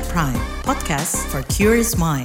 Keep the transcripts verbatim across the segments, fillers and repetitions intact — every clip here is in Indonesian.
At Prime, podcast for curious mind.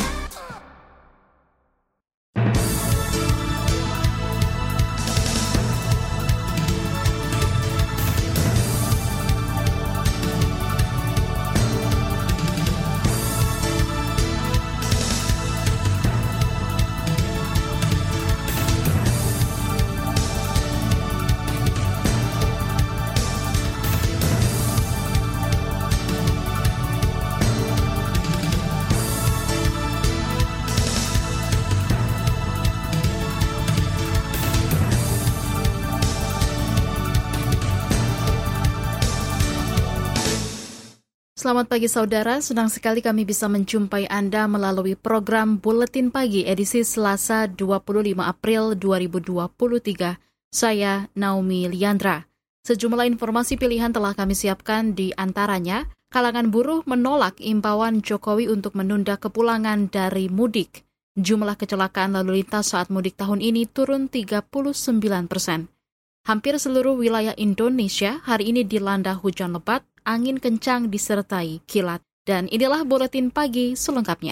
Selamat pagi saudara, senang sekali kami bisa menjumpai Anda melalui program Buletin Pagi edisi Selasa dua puluh lima April dua ribu dua puluh tiga. Saya Naomi Liandra. Sejumlah informasi pilihan telah kami siapkan, di antaranya kalangan buruh menolak imbauan Jokowi untuk menunda kepulangan dari mudik. Jumlah kecelakaan lalu lintas saat mudik tahun ini turun tiga puluh sembilan persen. Hampir seluruh wilayah Indonesia hari ini dilanda hujan lebat, angin kencang disertai kilat. Dan inilah Buletin Pagi selengkapnya.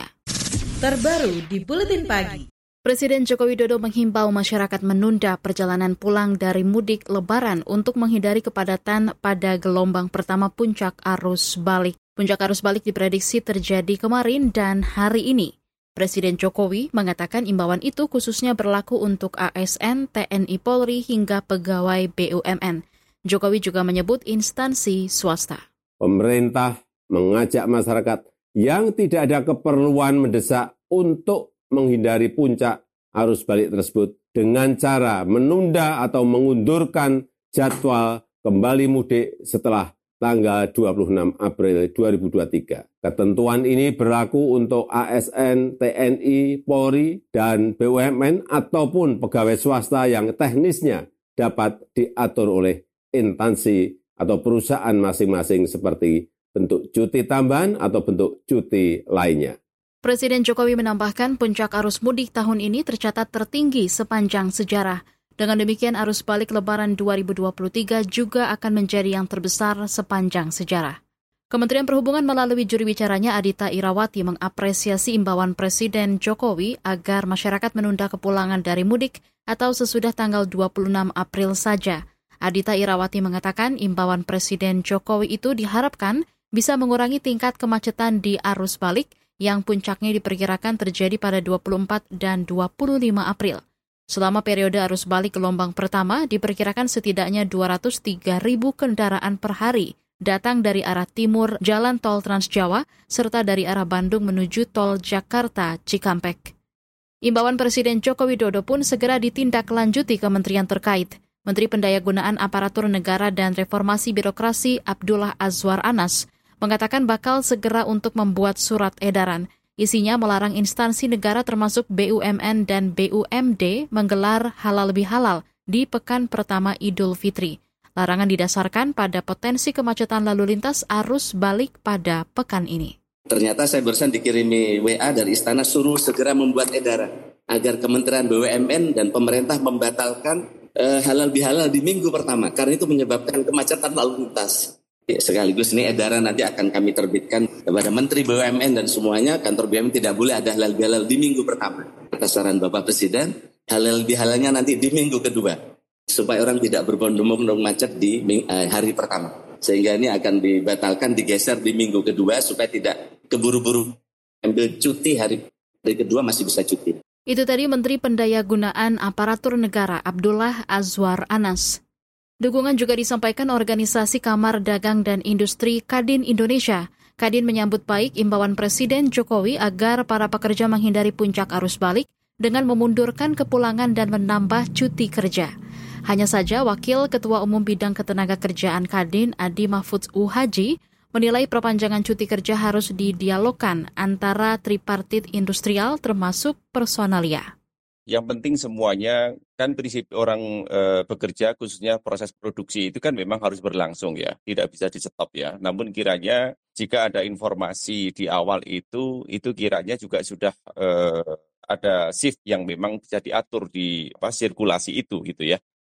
Terbaru di Buletin Pagi. Presiden Joko Widodo menghimbau masyarakat menunda perjalanan pulang dari mudik Lebaran untuk menghindari kepadatan pada gelombang pertama puncak arus balik. Puncak arus balik diprediksi terjadi kemarin dan hari ini. Presiden Jokowi mengatakan imbauan itu khususnya berlaku untuk A S N, T N I Polri hingga pegawai B U M N. Jokowi juga menyebut instansi swasta. Pemerintah mengajak masyarakat yang tidak ada keperluan mendesak untuk menghindari puncak arus balik tersebut dengan cara menunda atau mengundurkan jadwal kembali mudik setelah tanggal dua puluh enam April dua ribu dua puluh tiga. Ketentuan ini berlaku untuk A S N, T N I, Polri, dan B U M N ataupun pegawai swasta yang teknisnya dapat diatur oleh instansi atau perusahaan masing-masing seperti bentuk cuti tambahan atau bentuk cuti lainnya. Presiden Jokowi menambahkan puncak arus mudik tahun ini tercatat tertinggi sepanjang sejarah. Dengan demikian arus balik Lebaran dua ribu dua puluh tiga juga akan menjadi yang terbesar sepanjang sejarah. Kementerian Perhubungan melalui juru bicaranya Adita Irawati mengapresiasi imbauan Presiden Jokowi agar masyarakat menunda kepulangan dari mudik atau sesudah tanggal dua puluh enam April saja. Adita Irawati mengatakan imbauan Presiden Jokowi itu diharapkan bisa mengurangi tingkat kemacetan di arus balik yang puncaknya diperkirakan terjadi pada dua puluh empat dan dua puluh lima April. Selama periode arus balik gelombang pertama diperkirakan setidaknya dua ratus tiga ribu kendaraan per hari datang dari arah timur Jalan Tol Trans Jawa serta dari arah Bandung menuju Tol Jakarta Cikampek. Imbauan Presiden Joko Widodo pun segera ditindaklanjuti kementerian terkait. Menteri Pendayagunaan Aparatur Negara dan Reformasi Birokrasi Abdullah Azwar Anas mengatakan bakal segera untuk membuat surat edaran. Isinya melarang instansi negara termasuk B U M N dan B U M D menggelar halal bihalal di pekan pertama Idul Fitri. Larangan didasarkan pada potensi kemacetan lalu lintas arus balik pada pekan ini. Ternyata saya barusan dikirimi W A dari Istana suruh segera membuat edaran agar Kementerian B U M N dan pemerintah membatalkan eh, halal bihalal di minggu pertama karena itu menyebabkan kemacetan lalu lintas. Ya, sekaligus ini edaran nanti akan kami terbitkan kepada Menteri B U M N dan semuanya, kantor B U M N tidak boleh ada halal bihalal di minggu pertama. Atas saran Bapak Presiden, halal bihalalnya nanti di minggu kedua supaya orang tidak berbondong-bondong macet di uh, hari pertama. Sehingga ini akan dibatalkan, digeser di minggu kedua supaya tidak keburu-buru ambil cuti hari, hari kedua masih bisa cuti. Itu tadi Menteri Pendayagunaan Aparatur Negara Abdullah Azwar Anas. Dukungan juga disampaikan Organisasi Kamar Dagang dan Industri Kadin Indonesia. Kadin menyambut baik imbauan Presiden Jokowi agar para pekerja menghindari puncak arus balik dengan memundurkan kepulangan dan menambah cuti kerja. Hanya saja Wakil Ketua Umum Bidang Ketenagakerjaan Kadin Adi Mahfudz U Haji menilai perpanjangan cuti kerja harus didialogkan antara tripartit industrial termasuk personalia. Yang penting semuanya kan prinsip orang e, bekerja khususnya proses produksi itu kan memang harus berlangsung ya, tidak bisa di-stop ya. Namun kiranya jika ada informasi di awal itu, itu kiranya juga sudah e, ada shift yang memang bisa diatur di apa, sirkulasi itu gitu ya.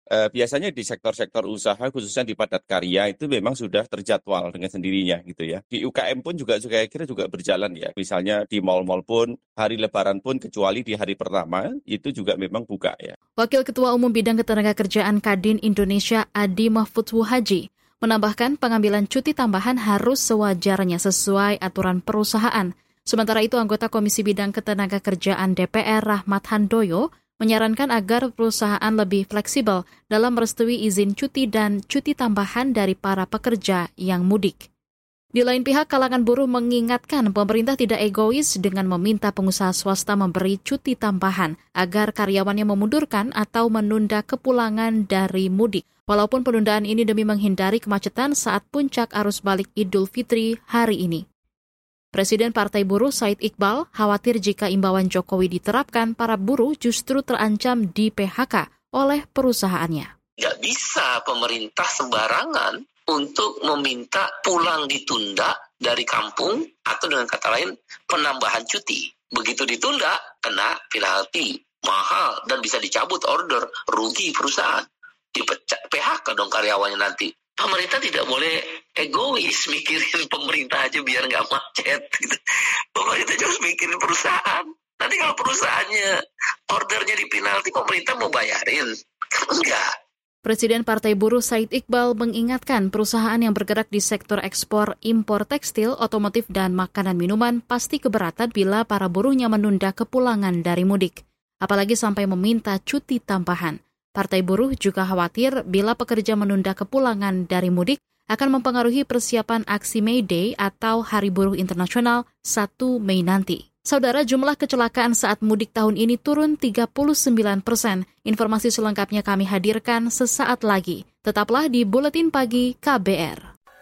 Eh, biasanya di sektor-sektor usaha, khususnya di padat karya, itu memang sudah terjadwal dengan sendirinya gitu ya. Di U K M pun juga saya kira juga berjalan ya. Misalnya di mal-mal pun, hari lebaran pun, kecuali di hari pertama, itu juga memang buka ya. Wakil Ketua Umum Bidang Ketenagakerjaan Kadin Indonesia Adi Mahfud Wuhaji menambahkan pengambilan cuti tambahan harus sewajarnya sesuai aturan perusahaan. Sementara itu, anggota Komisi Bidang Ketenagakerjaan D P R Rahmat Handoyo menyarankan agar perusahaan lebih fleksibel dalam merestui izin cuti dan cuti tambahan dari para pekerja yang mudik. Di lain pihak, kalangan buruh mengingatkan pemerintah tidak egois dengan meminta pengusaha swasta memberi cuti tambahan agar karyawannya memundurkan atau menunda kepulangan dari mudik. Walaupun penundaan ini demi menghindari kemacetan saat puncak arus balik Idul Fitri hari ini. Presiden Partai Buruh Said Iqbal khawatir jika imbauan Jokowi diterapkan, para buruh justru terancam di P H K oleh perusahaannya. Tidak bisa pemerintah sembarangan untuk meminta pulang ditunda dari kampung atau dengan kata lain penambahan cuti. Begitu ditunda, kena penalti mahal dan bisa dicabut order, rugi perusahaan. Dipecah P H K dong karyawannya nanti. Pemerintah tidak boleh egois mikirin pemerintah aja biar nggak macet. Gitu. Pemerintah harus mikirin perusahaan. Nanti kalau perusahaannya ordernya di penalti, pemerintah mau bayarin? Enggak. Presiden Partai Buruh Said Iqbal mengingatkan perusahaan yang bergerak di sektor ekspor, impor tekstil, otomotif, dan makanan minuman pasti keberatan bila para buruhnya menunda kepulangan dari mudik. Apalagi sampai meminta cuti tambahan. Partai Buruh juga khawatir bila pekerja menunda kepulangan dari mudik akan mempengaruhi persiapan aksi May Day atau Hari Buruh Internasional satu Mei nanti. Saudara, jumlah kecelakaan saat mudik tahun ini turun tiga puluh sembilan persen. Informasi selengkapnya kami hadirkan sesaat lagi. Tetaplah di Buletin Pagi K B R.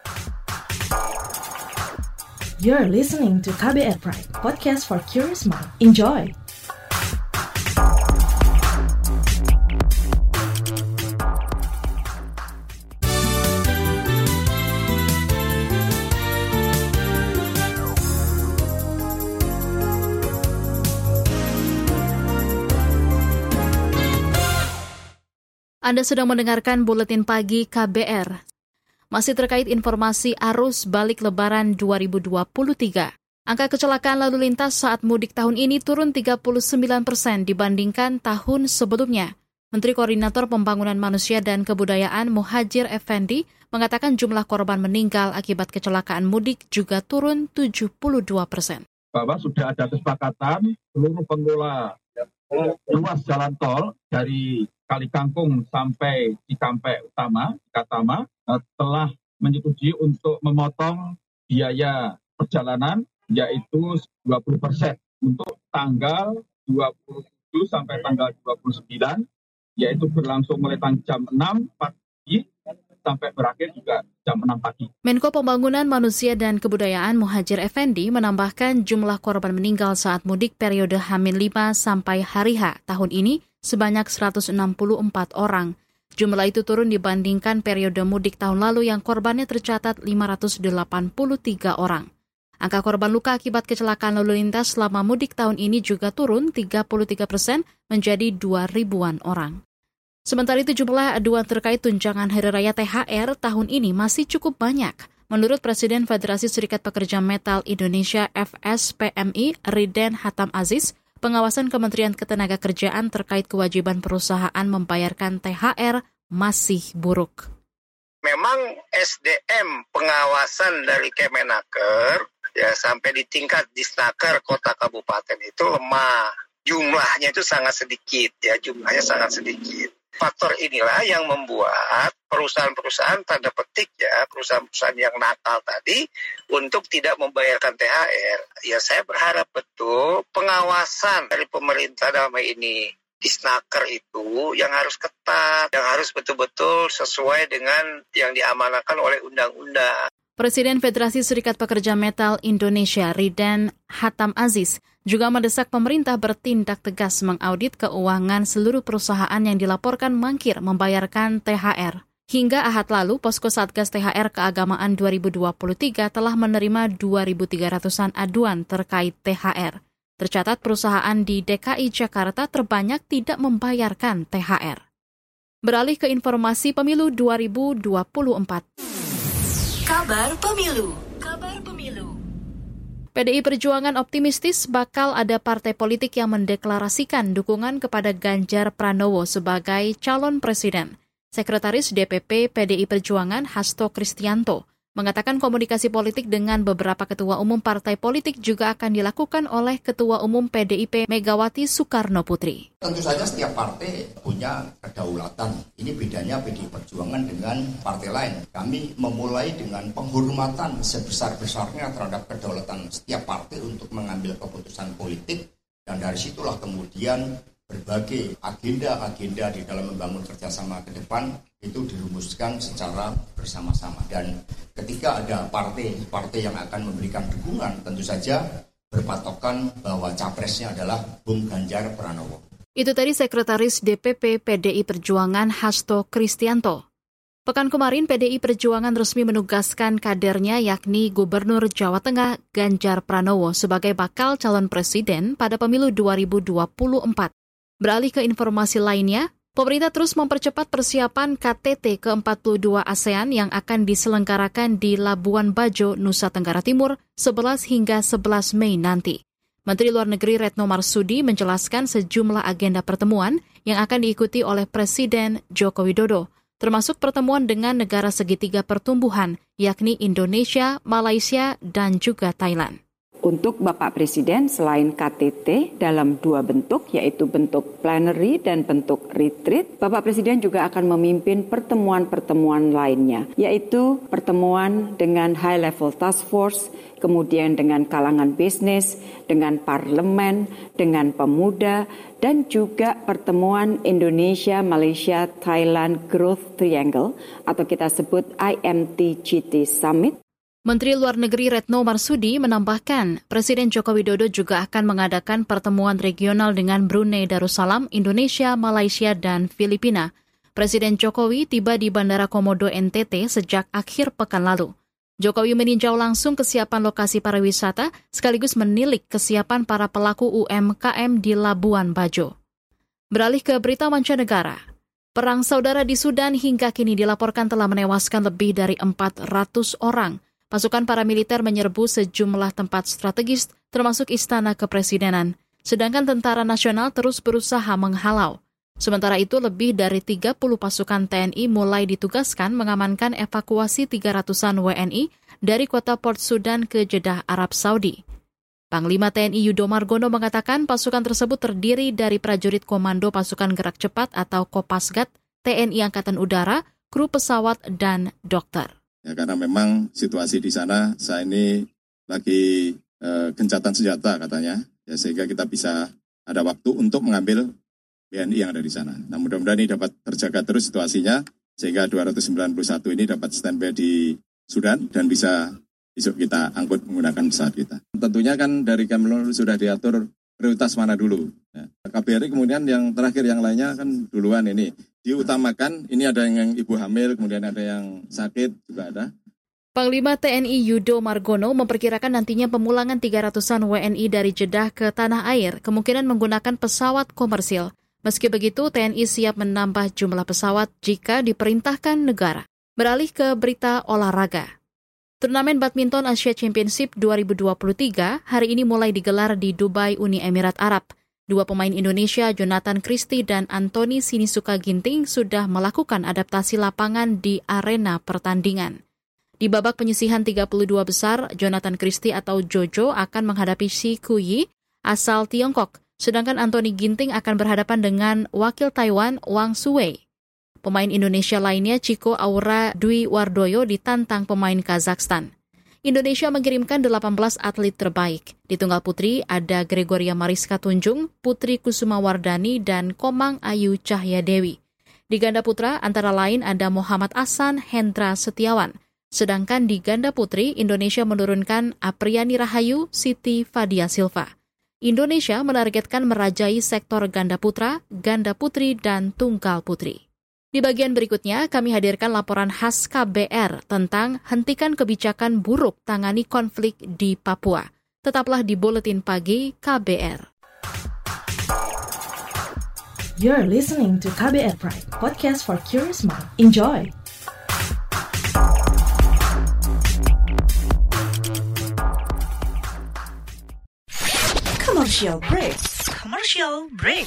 You're listening to K B R Pride, podcast for curious mind. Enjoy! Anda sedang mendengarkan Buletin Pagi K B R. Masih terkait informasi arus balik Lebaran dua ribu dua puluh tiga. Angka kecelakaan lalu lintas saat mudik tahun ini turun tiga puluh sembilan persen dibandingkan tahun sebelumnya. Menteri Koordinator Pembangunan Manusia dan Kebudayaan Muhadjir Effendi mengatakan jumlah korban meninggal akibat kecelakaan mudik juga turun tujuh puluh dua persen. Bahwa sudah ada kesepakatan seluruh pengelola ruas jalan tol dari Kali Kangkung sampai Cikampek Utama, Cikatama, telah menyetujui untuk memotong biaya perjalanan yaitu dua puluh persen untuk tanggal dua puluh tujuh sampai tanggal dua puluh sembilan, yaitu berlangsung mulai jam enam pagi sampai berakhir juga jam enam pagi. Menko Pembangunan Manusia dan Kebudayaan Muhadjir Effendi menambahkan jumlah korban meninggal saat mudik periode H lima sampai hari H tahun ini sebanyak seratus enam puluh empat orang. Jumlah itu turun dibandingkan periode mudik tahun lalu yang korbannya tercatat lima ratus delapan puluh tiga orang. Angka korban luka akibat kecelakaan lalu lintas selama mudik tahun ini juga turun tiga puluh tiga persen menjadi dua ribuan orang. Sementara itu jumlah aduan terkait tunjangan Hari Raya T H R tahun ini masih cukup banyak. Menurut Presiden Federasi Serikat Pekerja Metal Indonesia F S P M I Riden Hatam Aziz, pengawasan Kementerian Ketenagakerjaan terkait kewajiban perusahaan membayarkan T H R masih buruk. Memang S D M pengawasan dari Kemenaker ya sampai di tingkat Disnaker kota kabupaten itu lemah. Jumlahnya itu sangat sedikit ya, jumlahnya sangat sedikit. Faktor inilah yang membuat perusahaan-perusahaan tanda petik ya, perusahaan-perusahaan yang nakal tadi untuk tidak membayarkan T H R. Ya saya berharap betul pengawasan dari pemerintah dalam hal ini Disnaker itu yang harus ketat, yang harus betul-betul sesuai dengan yang diamanahkan oleh undang-undang. Presiden Federasi Serikat Pekerja Metal Indonesia Riden Hatam Aziz juga mendesak pemerintah bertindak tegas mengaudit keuangan seluruh perusahaan yang dilaporkan mangkir membayarkan T H R. Hingga Ahad lalu, Posko Satgas T H R Keagamaan dua ribu dua puluh tiga telah menerima dua ribu tiga ratusan aduan terkait T H R. Tercatat perusahaan di D K I Jakarta terbanyak tidak membayarkan T H R. Beralih ke informasi pemilu dua ribu dua puluh empat. Kabar Pemilu. Kabar Pemilu. P D I Perjuangan optimistis bakal ada partai politik yang mendeklarasikan dukungan kepada Ganjar Pranowo sebagai calon presiden. Sekretaris D P P P D I Perjuangan Hasto Kristianto mengatakan komunikasi politik dengan beberapa ketua umum partai politik juga akan dilakukan oleh Ketua Umum P D I P Megawati Soekarno Putri. Tentu saja setiap partai punya kedaulatan. Ini bedanya P D I Perjuangan dengan partai lain. Kami memulai dengan penghormatan sebesar-besarnya terhadap kedaulatan setiap partai untuk mengambil keputusan politik. Dan dari situlah kemudian berbagai agenda-agenda di dalam membangun kerjasama ke depan itu dirumuskan secara bersama-sama. Dan ketika ada partai-partai yang akan memberikan dukungan, tentu saja berpatokan bahwa capresnya adalah Bung Ganjar Pranowo. Itu tadi Sekretaris D P P P D I Perjuangan Hasto Kristianto. Pekan kemarin P D I Perjuangan resmi menugaskan kadernya yakni Gubernur Jawa Tengah Ganjar Pranowo sebagai bakal calon presiden pada pemilu dua ribu dua puluh empat. Beralih ke informasi lainnya, pemerintah terus mempercepat persiapan K T T ke empat puluh dua ASEAN yang akan diselenggarakan di Labuan Bajo, Nusa Tenggara Timur, sebelas hingga sebelas Mei nanti. Menteri Luar Negeri Retno Marsudi menjelaskan sejumlah agenda pertemuan yang akan diikuti oleh Presiden Joko Widodo, termasuk pertemuan dengan negara segitiga pertumbuhan, yakni Indonesia, Malaysia, dan juga Thailand. Untuk Bapak Presiden, selain K T T dalam dua bentuk, yaitu bentuk plenary dan bentuk retreat, Bapak Presiden juga akan memimpin pertemuan-pertemuan lainnya, yaitu pertemuan dengan High Level Task Force, kemudian dengan kalangan bisnis, dengan parlemen, dengan pemuda, dan juga pertemuan Indonesia, Malaysia, Thailand Growth Triangle, atau kita sebut I M T G T Summit. Menteri Luar Negeri Retno Marsudi menambahkan, Presiden Joko Widodo juga akan mengadakan pertemuan regional dengan Brunei Darussalam, Indonesia, Malaysia, dan Filipina. Presiden Jokowi tiba di Bandara Komodo N T T sejak akhir pekan lalu. Jokowi meninjau langsung kesiapan lokasi pariwisata sekaligus menilik kesiapan para pelaku U M K M di Labuan Bajo. Beralih ke berita mancanegara. Perang saudara di Sudan hingga kini dilaporkan telah menewaskan lebih dari empat ratus orang. Pasukan paramiliter menyerbu sejumlah tempat strategis, termasuk Istana Kepresidenan. Sedangkan Tentara Nasional terus berusaha menghalau. Sementara itu, lebih dari tiga puluh pasukan T N I mulai ditugaskan mengamankan evakuasi tiga ratusan W N I dari kota Port Sudan ke Jeddah, Arab Saudi. Panglima T N I Yudo Margono mengatakan pasukan tersebut terdiri dari prajurit Komando Pasukan Gerak Cepat atau Kopasgat, T N I Angkatan Udara, kru pesawat, dan dokter. Ya, karena memang situasi di sana saat ini lagi eh, gencatan senjata katanya, ya, sehingga kita bisa ada waktu untuk mengambil W N I yang ada di sana. Nah, mudah-mudahan ini dapat terjaga terus situasinya, sehingga dua ratus sembilan puluh satu ini dapat standby di Sudan dan bisa besok kita angkut menggunakan pesawat kita. Tentunya kan dari Kemlu sudah diatur prioritas mana dulu. Ya. K B R I kemudian yang terakhir yang lainnya kan duluan ini. Diutamakan, ini ada yang ibu hamil, kemudian ada yang sakit, juga ada. Panglima T N I Yudo Margono memperkirakan nantinya pemulangan tiga ratusan W N I dari Jeddah ke tanah air kemungkinan menggunakan pesawat komersil. Meski begitu, T N I siap menambah jumlah pesawat jika diperintahkan negara. Beralih ke berita olahraga. Turnamen badminton Asia Championship dua ribu dua puluh tiga hari ini mulai digelar di Dubai, Uni Emirat Arab. Dua pemain Indonesia, Jonathan Christie dan Anthony Sinisuka Ginting, sudah melakukan adaptasi lapangan di arena pertandingan. Di babak penyisihan tiga puluh dua besar, Jonathan Christie atau Jojo akan menghadapi Shi Kuyi asal Tiongkok, sedangkan Anthony Ginting akan berhadapan dengan wakil Taiwan Wang Suwei. Pemain Indonesia lainnya, Chico Aura Dwi Wardoyo, ditantang pemain Kazakhstan. Indonesia mengirimkan delapan belas atlet terbaik. Di tunggal putri ada Gregoria Mariska Tunjung, Putri Kusuma Wardani, dan Komang Ayu Cahya Dewi. Di ganda putra antara lain ada Muhammad Ahsan, Hendra Setiawan. Sedangkan di ganda putri, Indonesia menurunkan Apriani Rahayu, Siti Fadia Silva. Indonesia menargetkan merajai sektor ganda putra, ganda putri, dan tunggal putri. Di bagian berikutnya, kami hadirkan laporan khas K B R tentang hentikan kebijakan buruk tangani konflik di Papua. Tetaplah di Buletin Pagi K B R. You're listening to K B R Pride, podcast for curious mind. Enjoy! Commercial break. Commercial break.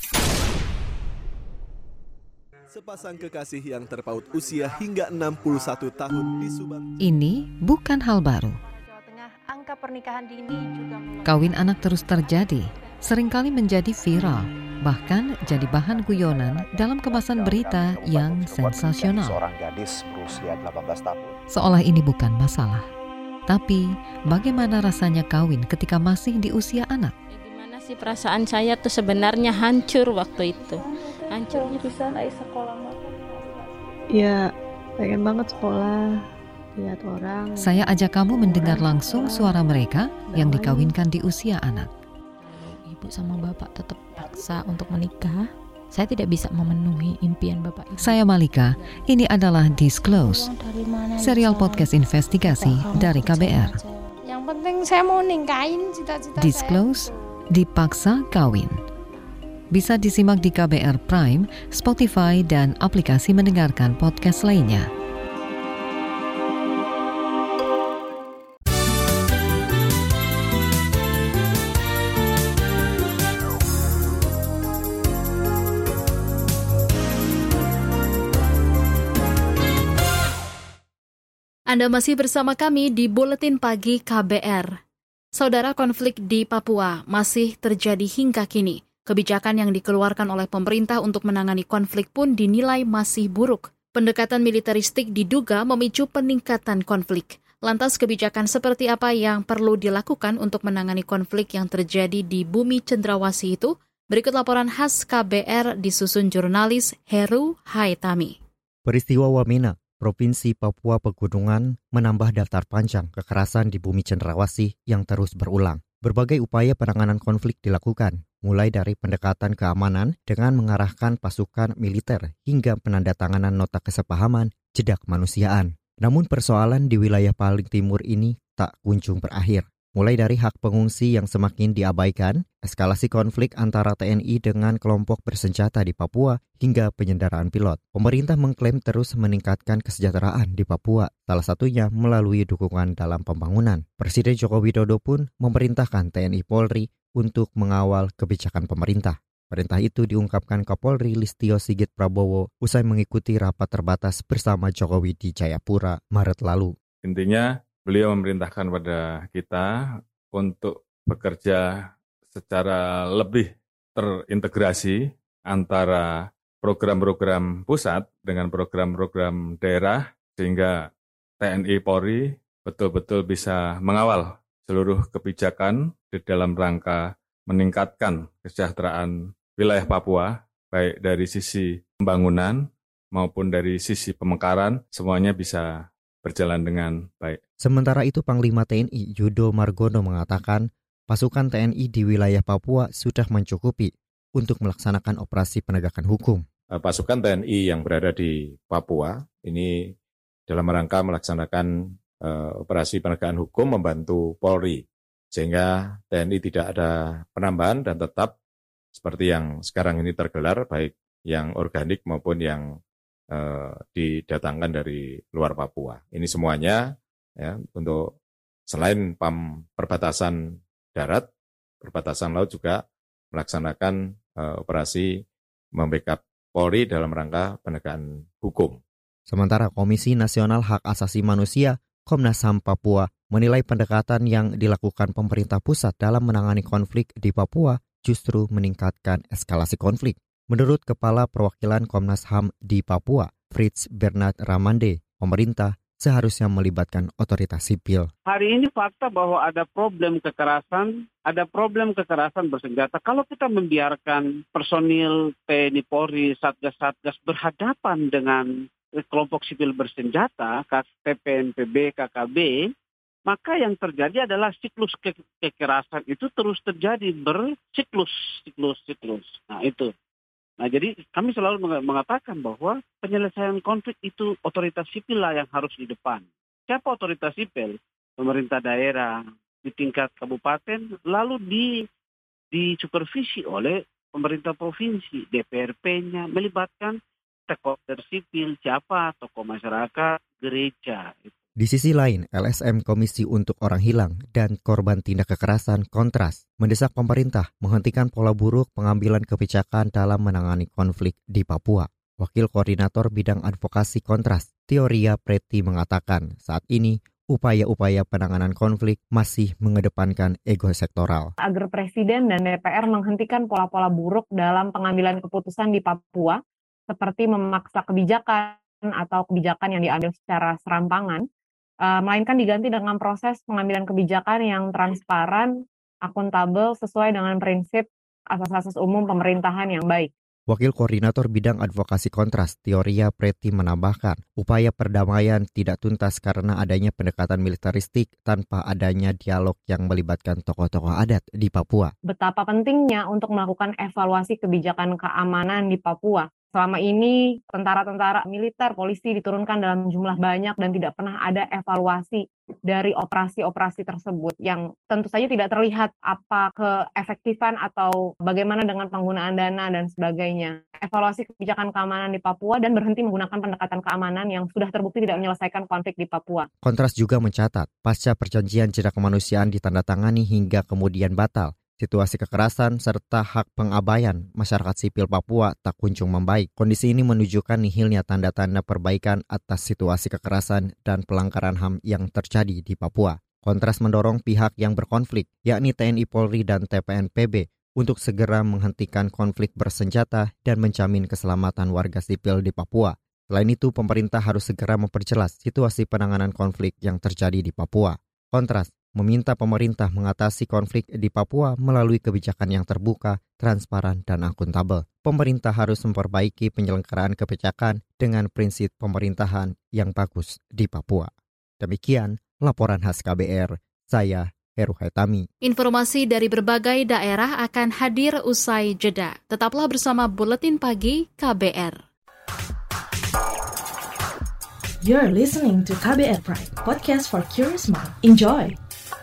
Sepasang kekasih yang terpaut usia hingga enam puluh satu tahun di Subang. Ini bukan hal baru. Jawa Tengah, angka pernikahan dini juga mulai... Kawin anak terus terjadi, seringkali menjadi viral, bahkan jadi bahan guyonan dalam kemasan berita yang sensasional. Seorang gadis berusia delapan belas tahun. Seolah ini bukan masalah. Tapi, bagaimana rasanya kawin ketika masih di usia anak? Gimana sih perasaan saya tuh sebenarnya hancur waktu itu. Hancur. Bisa naik sekolah mah. Ya, pengen banget sekolah, lihat orang. Saya ajak kamu mendengar langsung suara mereka yang dikawinkan di usia anak. Ibu sama bapak tetap paksa untuk menikah. Saya tidak bisa memenuhi impian bapak ibu. Saya Malika, ini adalah Disclose, serial podcast investigasi dari K B R. Yang penting saya mau ningkain cita-cita Disclose, saya. Dipaksa kawin. Bisa disimak di K B R Prime, Spotify, dan aplikasi mendengarkan podcast lainnya. Anda masih bersama kami di Buletin Pagi K B R. Saudara, konflik di Papua masih terjadi hingga kini. Kebijakan yang dikeluarkan oleh pemerintah untuk menangani konflik pun dinilai masih buruk. Pendekatan militeristik diduga memicu peningkatan konflik. Lantas kebijakan seperti apa yang perlu dilakukan untuk menangani konflik yang terjadi di bumi cendrawasih itu? Berikut laporan khas K B R disusun jurnalis Heru Haitami. Peristiwa Wamena, Provinsi Papua Pegunungan, menambah daftar panjang kekerasan di bumi cendrawasih yang terus berulang. Berbagai upaya penanganan konflik dilakukan, mulai dari pendekatan keamanan dengan mengarahkan pasukan militer hingga penandatanganan nota kesepahaman jeda kemanusiaan. Namun persoalan di wilayah paling timur ini tak kunjung berakhir. Mulai dari hak pengungsi yang semakin diabaikan, eskalasi konflik antara T N I dengan kelompok bersenjata di Papua, hingga penyanderaan pilot. Pemerintah mengklaim terus meningkatkan kesejahteraan di Papua, salah satunya melalui dukungan dalam pembangunan. Presiden Joko Widodo pun memerintahkan T N I Polri untuk mengawal kebijakan pemerintah. Perintah itu diungkapkan Kapolri Listio Sigit Prabowo usai mengikuti rapat terbatas bersama Jokowi di Jayapura Maret lalu. Intinya, beliau memerintahkan pada kita untuk bekerja secara lebih terintegrasi antara program-program pusat dengan program-program daerah, sehingga T N I Polri betul-betul bisa mengawal seluruh kebijakan di dalam rangka meningkatkan kesejahteraan wilayah Papua, baik dari sisi pembangunan maupun dari sisi pemekaran, semuanya bisa berjalan dengan baik. Sementara itu Panglima T N I Yudo Margono mengatakan pasukan T N I di wilayah Papua sudah mencukupi untuk melaksanakan operasi penegakan hukum. Pasukan T N I yang berada di Papua ini dalam rangka melaksanakan uh, operasi penegakan hukum membantu Polri, sehingga T N I tidak ada penambahan dan tetap seperti yang sekarang ini tergelar, baik yang organik maupun yang uh, didatangkan dari luar Papua. Ini semuanya ya untuk selain P A M perbatasan darat, perbatasan laut juga melaksanakan uh, operasi membackup Polri dalam rangka penegakan hukum. Sementara Komisi Nasional Hak Asasi Manusia Komnas H A M Papua menilai pendekatan yang dilakukan pemerintah pusat dalam menangani konflik di Papua justru meningkatkan eskalasi konflik. Menurut Kepala Perwakilan Komnas H A M di Papua, Fritz Bernard Ramande, pemerintah seharusnya melibatkan otoritas sipil. Hari ini fakta bahwa ada problem kekerasan, ada problem kekerasan bersenjata. Kalau kita membiarkan personil T N I Polri, Satgas-Satgas berhadapan dengan kelompok sipil bersenjata, T P N P B, K K B, maka yang terjadi adalah siklus ke- kekerasan itu terus terjadi bersiklus, siklus, siklus. Nah itu. Nah, jadi kami selalu mengatakan bahwa penyelesaian konflik itu otoritas sipil lah yang harus di depan. Siapa otoritas sipil? Pemerintah daerah di tingkat kabupaten, lalu di disupervisi oleh pemerintah provinsi, D P R P-nya, melibatkan stakeholder sipil, siapa, tokoh masyarakat, gereja. Di sisi lain, L S M Komisi untuk Orang Hilang dan Korban Tindak Kekerasan Kontras mendesak pemerintah menghentikan pola buruk pengambilan kebijakan dalam menangani konflik di Papua. Wakil Koordinator Bidang Advokasi Kontras, Teoria Preti mengatakan saat ini upaya-upaya penanganan konflik masih mengedepankan ego sektoral. Agar Presiden dan D P R menghentikan pola-pola buruk dalam pengambilan keputusan di Papua, seperti memaksa kebijakan atau kebijakan yang diambil secara serampangan, Uh, melainkan diganti dengan proses pengambilan kebijakan yang transparan, akuntabel, sesuai dengan prinsip asas-asas umum pemerintahan yang baik. Wakil Koordinator Bidang Advokasi Kontras, Teoria Preti menambahkan, upaya perdamaian tidak tuntas karena adanya pendekatan militeristik tanpa adanya dialog yang melibatkan tokoh-tokoh adat di Papua. Betapa pentingnya untuk melakukan evaluasi kebijakan keamanan di Papua. Selama ini tentara-tentara militer, polisi diturunkan dalam jumlah banyak dan tidak pernah ada evaluasi dari operasi-operasi tersebut yang tentu saja tidak terlihat apa keefektifan atau bagaimana dengan penggunaan dana dan sebagainya. Evaluasi kebijakan keamanan di Papua dan berhenti menggunakan pendekatan keamanan yang sudah terbukti tidak menyelesaikan konflik di Papua. Kontras juga mencatat, pasca perjanjian jeda kemanusiaan ditandatangani hingga kemudian batal, situasi kekerasan serta hak pengabaian masyarakat sipil Papua tak kunjung membaik. Kondisi ini menunjukkan nihilnya tanda-tanda perbaikan atas situasi kekerasan dan pelanggaran H A M yang terjadi di Papua. Kontras mendorong pihak yang berkonflik, yakni T N I Polri dan T P N P B, untuk segera menghentikan konflik bersenjata dan menjamin keselamatan warga sipil di Papua. Selain itu, pemerintah harus segera memperjelas situasi penanganan konflik yang terjadi di Papua. Kontras meminta pemerintah mengatasi konflik di Papua melalui kebijakan yang terbuka, transparan, dan akuntabel. Pemerintah harus memperbaiki penyelenggaraan kebijakan dengan prinsip pemerintahan yang bagus di Papua. Demikian laporan khas K B R, saya Heru Haitami. Informasi dari berbagai daerah akan hadir usai jeda. Tetaplah bersama Buletin Pagi K B R. You're listening to K B R Pride, podcast for curious mind. Enjoy!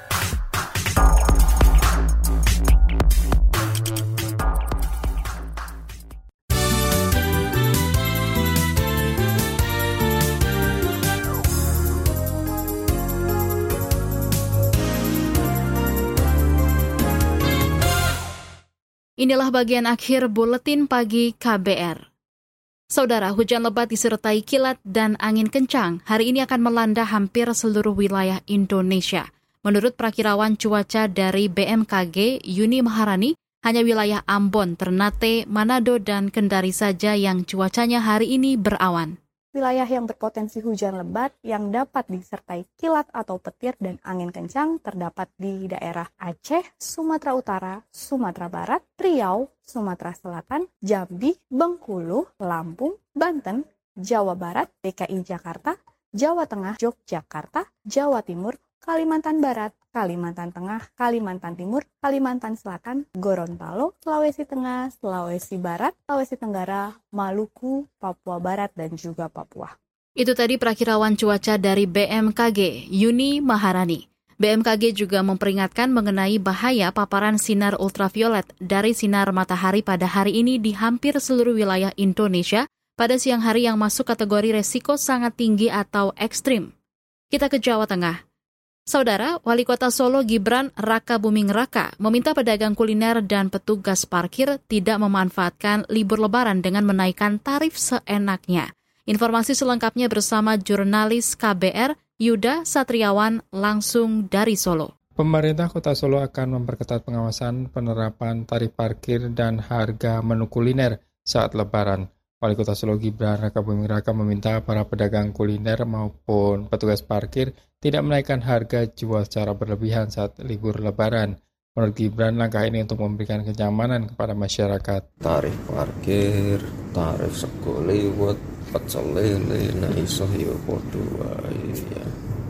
Inilah bagian akhir Buletin Pagi K B R. Saudara, hujan lebat disertai kilat dan angin kencang hari ini akan melanda hampir seluruh wilayah Indonesia. Menurut perakirawan cuaca dari B M K G, Yuni Maharani, hanya wilayah Ambon, Ternate, Manado, dan Kendari saja yang cuacanya hari ini berawan. Wilayah yang berpotensi hujan lebat yang dapat disertai kilat atau petir dan angin kencang terdapat di daerah Aceh, Sumatera Utara, Sumatera Barat, Riau, Sumatera Selatan, Jambi, Bengkulu, Lampung, Banten, Jawa Barat, D K I Jakarta, Jawa Tengah, Yogyakarta, Jawa Timur, Kalimantan Barat, Kalimantan Tengah, Kalimantan Timur, Kalimantan Selatan, Gorontalo, Sulawesi Tengah, Sulawesi Barat, Sulawesi Tenggara, Maluku, Papua Barat, dan juga Papua. Itu tadi perakirawan cuaca dari B M K G, Yuni Maharani. B M K G juga memperingatkan mengenai bahaya paparan sinar ultraviolet dari sinar matahari pada hari ini di hampir seluruh wilayah Indonesia pada siang hari yang masuk kategori resiko sangat tinggi atau ekstrim. Kita ke Jawa Tengah. Saudara, Wali Kota Solo Gibran Raka Buming Raka meminta pedagang kuliner dan petugas parkir tidak memanfaatkan libur lebaran dengan menaikkan tarif seenaknya. Informasi selengkapnya bersama jurnalis K B R Yuda Satriawan langsung dari Solo. Pemerintah Kota Solo akan memperketat pengawasan penerapan tarif parkir dan harga menu kuliner saat lebaran. Wali Kota Solo Gibran Raka Buming Raka meminta para pedagang kuliner maupun petugas parkir tidak menaikkan harga jual secara berlebihan saat libur lebaran. Menurut Gibran, langkah ini untuk memberikan kenyamanan kepada masyarakat. Tarif parkir, tarif sego liwet, pecel lele, nah iso ya padha wae ya.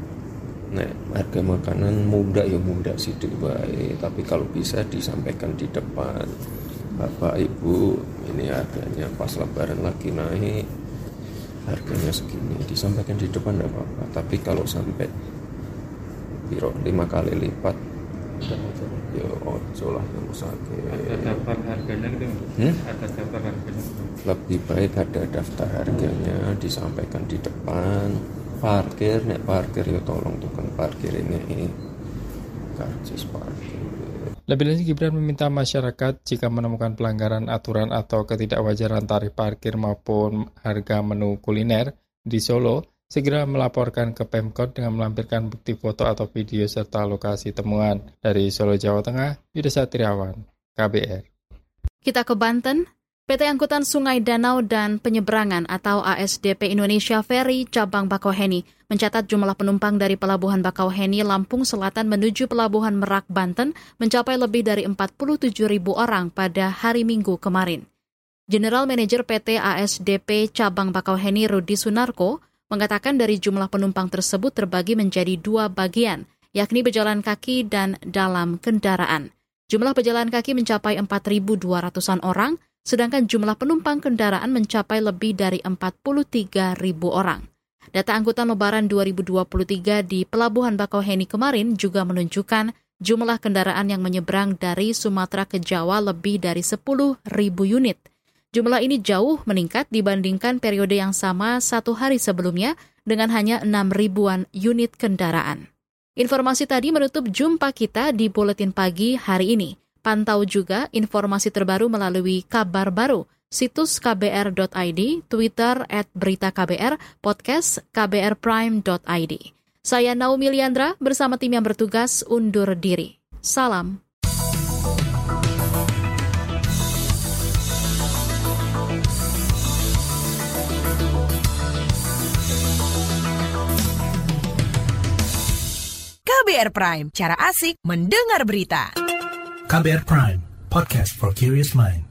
Nek harga makanan muda ya muda sithik wae, tapi kalau bisa disampaikan di depan. Bapak Ibu, ini harganya pas lebaran lagi naik, harganya segini, disampaikan di depan enggak apa-apa. Tapi kalau sampai biro lima kali lipat Ya ojo lah yang sakit. Ada daftar harganya gitu? Hmm? Ada daftar harganya? Lebih baik ada daftar harganya disampaikan di depan. Parkir, nek parkir ya tolong tukang parkir ini karcis parkir. Lebih lanjut, Gibran meminta masyarakat jika menemukan pelanggaran aturan atau ketidakwajaran tarif parkir maupun harga menu kuliner di Solo, segera melaporkan ke Pemkot dengan melampirkan bukti foto atau video serta lokasi temuan. Dari Solo, Jawa Tengah, Yuda Satriawan, K B R. Kita ke Banten. P T Angkutan Sungai Danau dan Penyeberangan atau A S D P Indonesia Ferry Cabang Bakauheni mencatat jumlah penumpang dari Pelabuhan Bakauheni, Lampung Selatan menuju Pelabuhan Merak, Banten mencapai lebih dari empat puluh tujuh ribu orang pada hari Minggu kemarin. General Manager P T A S D P Cabang Bakauheni Rudi Sunarko mengatakan dari jumlah penumpang tersebut terbagi menjadi dua bagian, yakni pejalan kaki dan dalam kendaraan. Jumlah pejalan kaki mencapai empat ribu dua ratusan orang, sedangkan jumlah penumpang kendaraan mencapai lebih dari empat puluh tiga ribu orang. Data angkutan lebaran dua ribu dua puluh tiga di Pelabuhan Bakauheni kemarin juga menunjukkan jumlah kendaraan yang menyeberang dari Sumatera ke Jawa lebih dari sepuluh ribu unit. Jumlah ini jauh meningkat dibandingkan periode yang sama satu hari sebelumnya dengan hanya enam ribuan unit kendaraan. Informasi tadi menutup jumpa kita di Buletin Pagi hari ini. Pantau juga informasi terbaru melalui Kabar Baru, situs k b r dot i d, Twitter at berita K B R, podcast k b r prime dot i d. Saya Naomi Liandra bersama tim yang bertugas undur diri. Salam. K B R Prime, cara asik mendengar berita. K B R Prime, podcast for curious mind.